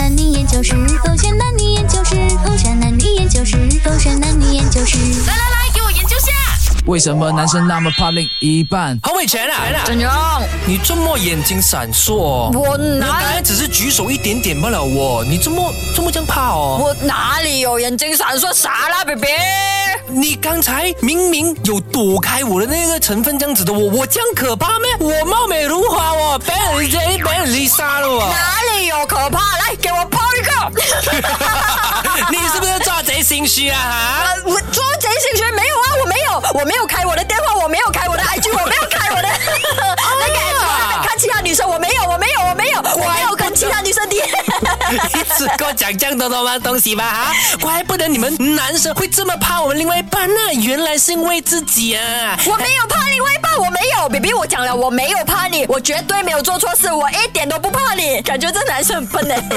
男女研究室，狗选男女研究室，狗选男女研究室，狗选男女研究室。 来，给我研究下。 为什么男生那么怕另一半？ 洪伟全啊， 怎样？ 你这么眼睛闪烁， 我你刚才只是举手一点点罢了你这么这样怕我哪里有眼睛闪烁？傻啦 ，baby！ 你刚才明明有躲开我的那个成分这样子的我这样可怕咩？我貌美如花被人杀了哪里有可怕？来，给我泡一个。 你是不是抓贼心虚啊？ 我抓贼心虚没有啊，我没有开我的电话，我没有开我的 IG， 我没有开我的那个看其他女生，我没有跟其他女生叠。 一直跟我讲这样多东西吧哈，怪不得你们男生会这么怕我们另外一半呢，原来是因为自己啊。 我没有怕另外一半，我没有 ，baby， 我讲了，我没有怕你，我绝对没有做错事，我一点都不怕你。感觉这男生很笨哎，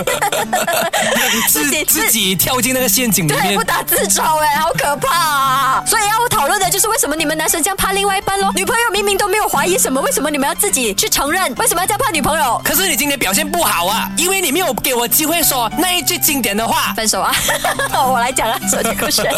自己跳进那个陷阱里面， 对，不打自招哎，好可怕啊！所以要讨论的就是为什么你们男生这样怕另外一半咯？女朋友明明都没有怀疑什么，为什么你们要自己去承认？为什么要这样怕女朋友？ 可是你今天表现不好啊，因为你没有给我机会说那一句经典的话， 分手啊！我来讲啊，手机故事。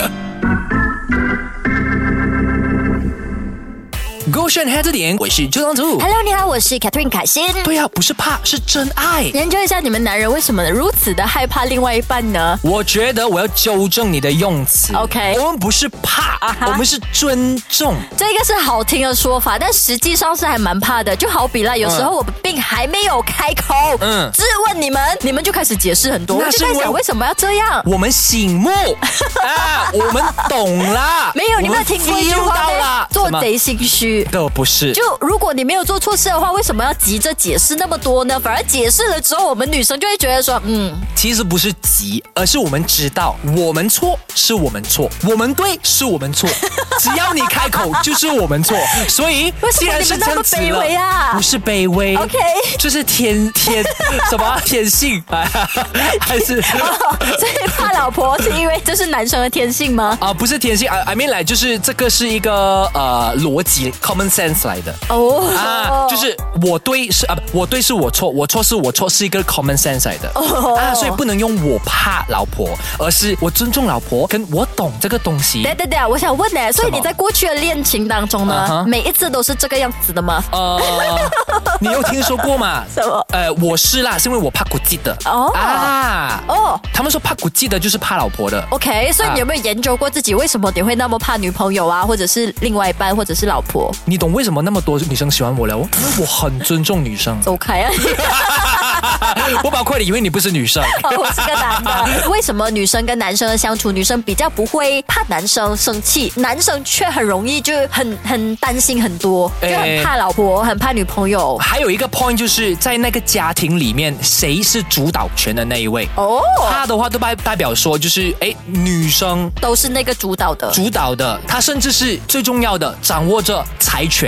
勾选黑着点，我是周当主。 Hello， 你好，我是 Catherine 凯欣。 对啊，不是怕，是真爱。 研究一下你们男人为什么如此的害怕另外一半呢？ 我觉得我要纠正你的用词。 OK， 我们不是怕，我们是尊重。 这个是好听的说法，但实际上是还蛮怕的。就好比啦，有时候我们病还没有开口，质问你们就开始解释很多。我就在想为什么要这样？ 我们醒目啊，我们懂了。 没有，你没有听过一句话吗？做贼心虚。 都不是， 就如果你没有做错事的话，为什么要急着解释那么多呢？反而解释了之后，我们女生就会觉得说， 其实不是急，而是我们知道我们错是我们错，我们对是我们错，只要你开口就是我们错，所以既然是这样子了， 为什么你们那么卑微啊？ 不是卑微 ，OK， 就是天什么天性还是所以怕老婆是因为这是男生的天性吗？ 不是天性，I mean 来就是这个是一个逻辑 common sense 来的就是我对是我错，我错是我错，是一个 common sense 来的所以不能用我怕老婆，而是我尊重老婆，跟我懂这个东西。 对，我想问呢，所以你在过去的恋情当中呢，每一次都是这个样子的吗？ 你有听说过吗？ 什么？ 我是啦，是因为我怕骨记的他们说怕骨记的就是怕老婆的。 OK， 所以你有没有研究过自己为什么你会那么怕女朋友啊，或者是另外一半，或者是老婆？ 你懂为什么那么多女生喜欢我了？因为我很尊重女生。 走开啊！ 我包括你以为你不是女生我是个男的。为什么女生跟男生的相处，女生比较不会怕男生生气，男生却很容易就很担心很多，就很怕老婆，很怕女朋友。 还有一个 point 就是在那个家庭里面，谁是主导权的那一位？他的话都代表说就是女生都是那个主导的， 他甚至是最重要的，掌握着财权。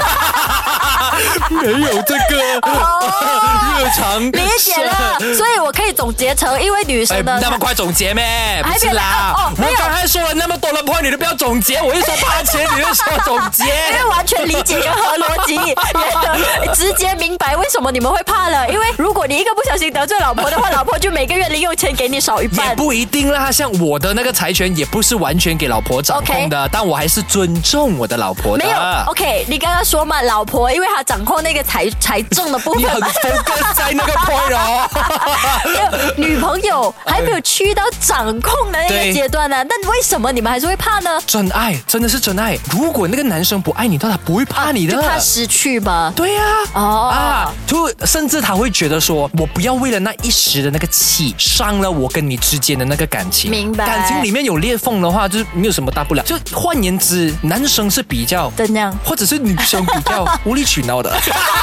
没有这个日常理解了，所以我可以总结成，因为女生的那么快总结咩？不是啦， 没有， 我刚才说了那么多的 point， 你都不要总结，我一说怕钱，你就说总结， 因为完全理解跟合逻辑，直接明白为什么你们会怕了。因为如果你一个不小心得罪老婆的话，老婆就每个月零用钱给你少一半。 也不一定啦，像我的那个财权也不是完全给老婆掌控的，但我还是尊重我的老婆的。 没有 ，OK， 你刚刚说嘛，老婆因为她掌控那个财政的部分， 你很 focus 在那个 point 女朋友还没有去到掌控的那个阶段呢，但为什么你们还是会怕呢？ 真爱真的是真爱，如果那个男生不爱你，他不会怕你的， 就怕失去吧。 对就甚至他会觉得说，我不要为了那一时的那个气，伤了我跟你之间的那个感情。 明白。 感情里面有裂缝的话，就是没有什么大不了。就换言之，男生是比较怎样， 或者是女生比较无理取闹的。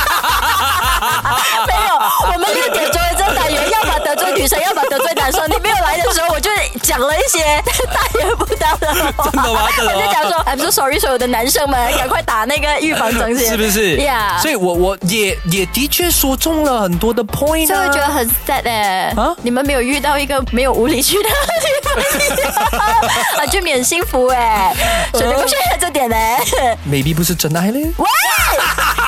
没有，我们6点钟的这个单元，要么得罪女生，要么得罪男生。你没有来的时候，我就讲了一些大言不当的话。 真的吗？ 我就讲说 I'm so sorry， 所有的男生们赶快打那个预防针先， 是不是 ？Yeah。所以我也的确说中了很多的 point， 所以我觉得很 sad 你们没有遇到一个没有无理取闹的女朋友就免幸福所以你不需要这点 maybe 不是真爱嘞。 喂。